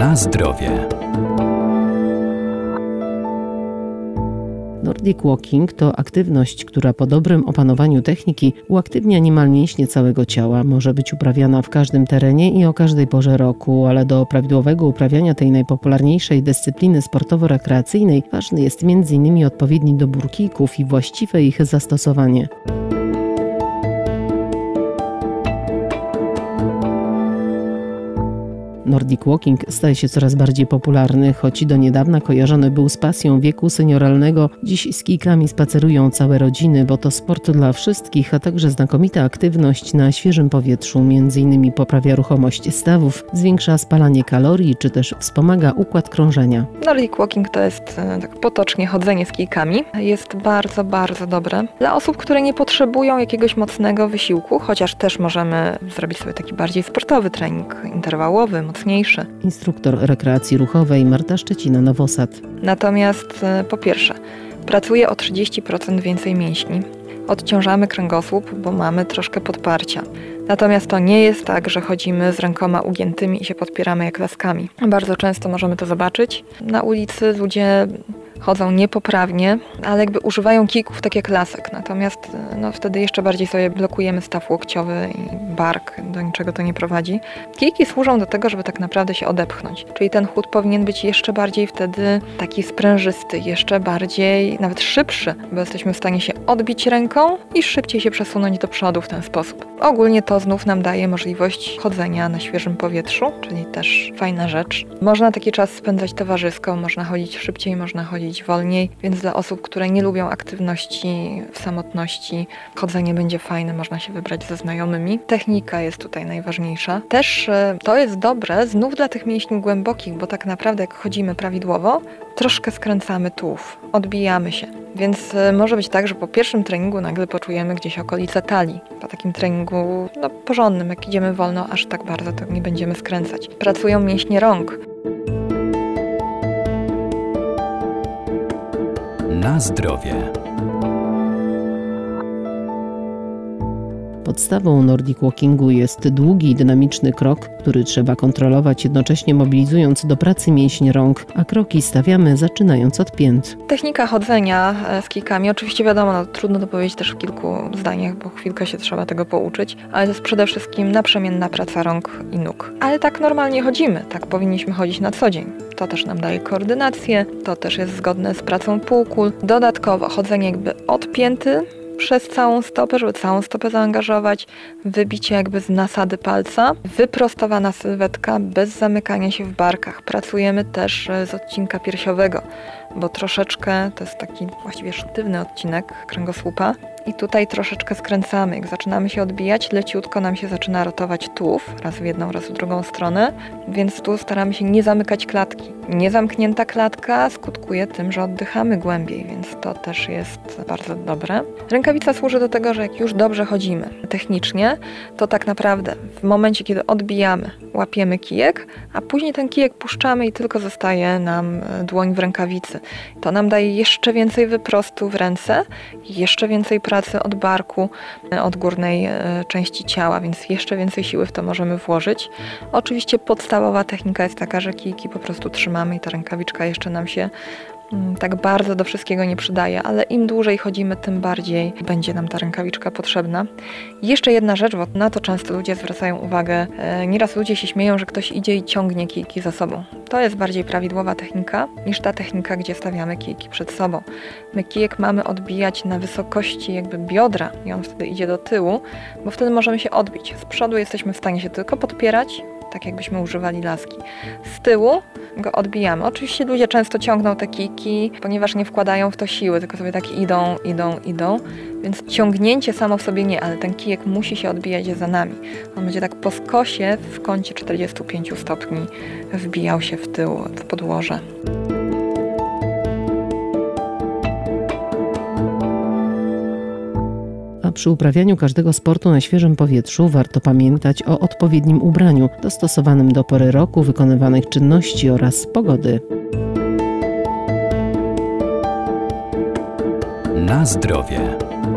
Na zdrowie. Nordic Walking to aktywność, która po dobrym opanowaniu techniki uaktywnia niemal mięśnie całego ciała. Może być uprawiana w każdym terenie i o każdej porze roku, ale do prawidłowego uprawiania tej najpopularniejszej dyscypliny sportowo-rekreacyjnej ważny jest m.in. odpowiedni dobór kijków i właściwe ich zastosowanie. Nordic Walking staje się coraz bardziej popularny, choć do niedawna kojarzony był z pasją wieku senioralnego. Dziś z kijkami spacerują całe rodziny, bo to sport dla wszystkich, a także znakomita aktywność na świeżym powietrzu. M.in. poprawia ruchomość stawów, zwiększa spalanie kalorii, czy też wspomaga układ krążenia. Nordic Walking to jest tak potocznie chodzenie z kijkami. Jest bardzo, bardzo dobre dla osób, które nie potrzebują jakiegoś mocnego wysiłku, chociaż też możemy zrobić sobie taki bardziej sportowy trening interwałowy, mocniejszy. Instruktor rekreacji ruchowej Marta Szczecina-Nowosad. Natomiast po pierwsze, pracuje o 30% więcej mięśni. Odciążamy kręgosłup, bo mamy troszkę podparcia. Natomiast to nie jest tak, że chodzimy z rękoma ugiętymi i się podpieramy jak laskami. Bardzo często możemy to zobaczyć. Na ulicy ludzie chodzą niepoprawnie, ale jakby używają kijków tak jak lasek. Natomiast wtedy jeszcze bardziej sobie blokujemy staw łokciowy i bark. Do niczego to nie prowadzi. Kijki służą do tego, żeby tak naprawdę się odepchnąć. Czyli ten chód powinien być jeszcze bardziej wtedy taki sprężysty, jeszcze bardziej nawet szybszy, bo jesteśmy w stanie się odbić ręką i szybciej się przesunąć do przodu w ten sposób. Ogólnie to znów nam daje możliwość chodzenia na świeżym powietrzu, czyli też fajna rzecz. Można taki czas spędzać towarzysko, można chodzić szybciej, można chodzić wolniej, więc dla osób, które nie lubią aktywności w samotności, chodzenie będzie fajne, można się wybrać ze znajomymi. Technika jest tutaj najważniejsza. Też to jest dobre znów dla tych mięśni głębokich, bo tak naprawdę jak chodzimy prawidłowo, troszkę skręcamy tułów, odbijamy się. Więc może być tak, że po pierwszym treningu nagle poczujemy gdzieś okolice talii. Po takim treningu porządnym, jak idziemy wolno, aż tak bardzo to nie będziemy skręcać. Pracują mięśnie rąk. Na zdrowie. Podstawą Nordic Walkingu jest długi i dynamiczny krok, który trzeba kontrolować, jednocześnie mobilizując do pracy mięśnie rąk, a kroki stawiamy zaczynając od pięt. Technika chodzenia z kijkami, oczywiście wiadomo, trudno to powiedzieć też w kilku zdaniach, bo chwilkę się trzeba tego pouczyć, ale to jest przede wszystkim naprzemienna praca rąk i nóg. Ale tak normalnie chodzimy, tak powinniśmy chodzić na co dzień. To też nam daje koordynację, to też jest zgodne z pracą półkul. Dodatkowo chodzenie jakby od pięty przez całą stopę, żeby całą stopę zaangażować, wybicie jakby z nasady palca, wyprostowana sylwetka bez zamykania się w barkach. Pracujemy też z odcinka piersiowego, bo troszeczkę to jest taki właściwie sztywny odcinek kręgosłupa i tutaj troszeczkę skręcamy. Jak zaczynamy się odbijać, leciutko nam się zaczyna rotować tułów, raz w jedną, raz w drugą stronę, więc tu staramy się nie zamykać klatki. Niezamknięta klatka skutkuje tym, że oddychamy głębiej, więc to też jest bardzo dobre. Rękawica służy do tego, że jak już dobrze chodzimy technicznie, to tak naprawdę w momencie, kiedy odbijamy, łapiemy kijek, a później ten kijek puszczamy i tylko zostaje nam dłoń w rękawicy. To nam daje jeszcze więcej wyprostu w ręce, jeszcze więcej pracy od barku, od górnej części ciała, więc jeszcze więcej siły w to możemy włożyć. Oczywiście podstawowa technika jest taka, że kijki po prostu trzymamy i ta rękawiczka jeszcze nam się tak bardzo do wszystkiego nie przydaje, ale im dłużej chodzimy, tym bardziej będzie nam ta rękawiczka potrzebna. Jeszcze jedna rzecz, bo na to często ludzie zwracają uwagę. Nieraz ludzie się śmieją, że ktoś idzie i ciągnie kijki za sobą. To jest bardziej prawidłowa technika niż ta technika, gdzie stawiamy kijki przed sobą. My kijek mamy odbijać na wysokości jakby biodra i on wtedy idzie do tyłu, bo wtedy możemy się odbić. Z przodu jesteśmy w stanie się tylko podpierać, tak jakbyśmy używali laski. Z tyłu go odbijamy. Oczywiście ludzie często ciągną te kijki, ponieważ nie wkładają w to siły, tylko sobie tak idą. Więc ciągnięcie samo w sobie nie, ale ten kijek musi się odbijać za nami. On będzie tak po skosie w kącie 45 stopni wbijał się w tył, w podłoże. Przy uprawianiu każdego sportu na świeżym powietrzu warto pamiętać o odpowiednim ubraniu, dostosowanym do pory roku, wykonywanych czynności oraz pogody. Na zdrowie.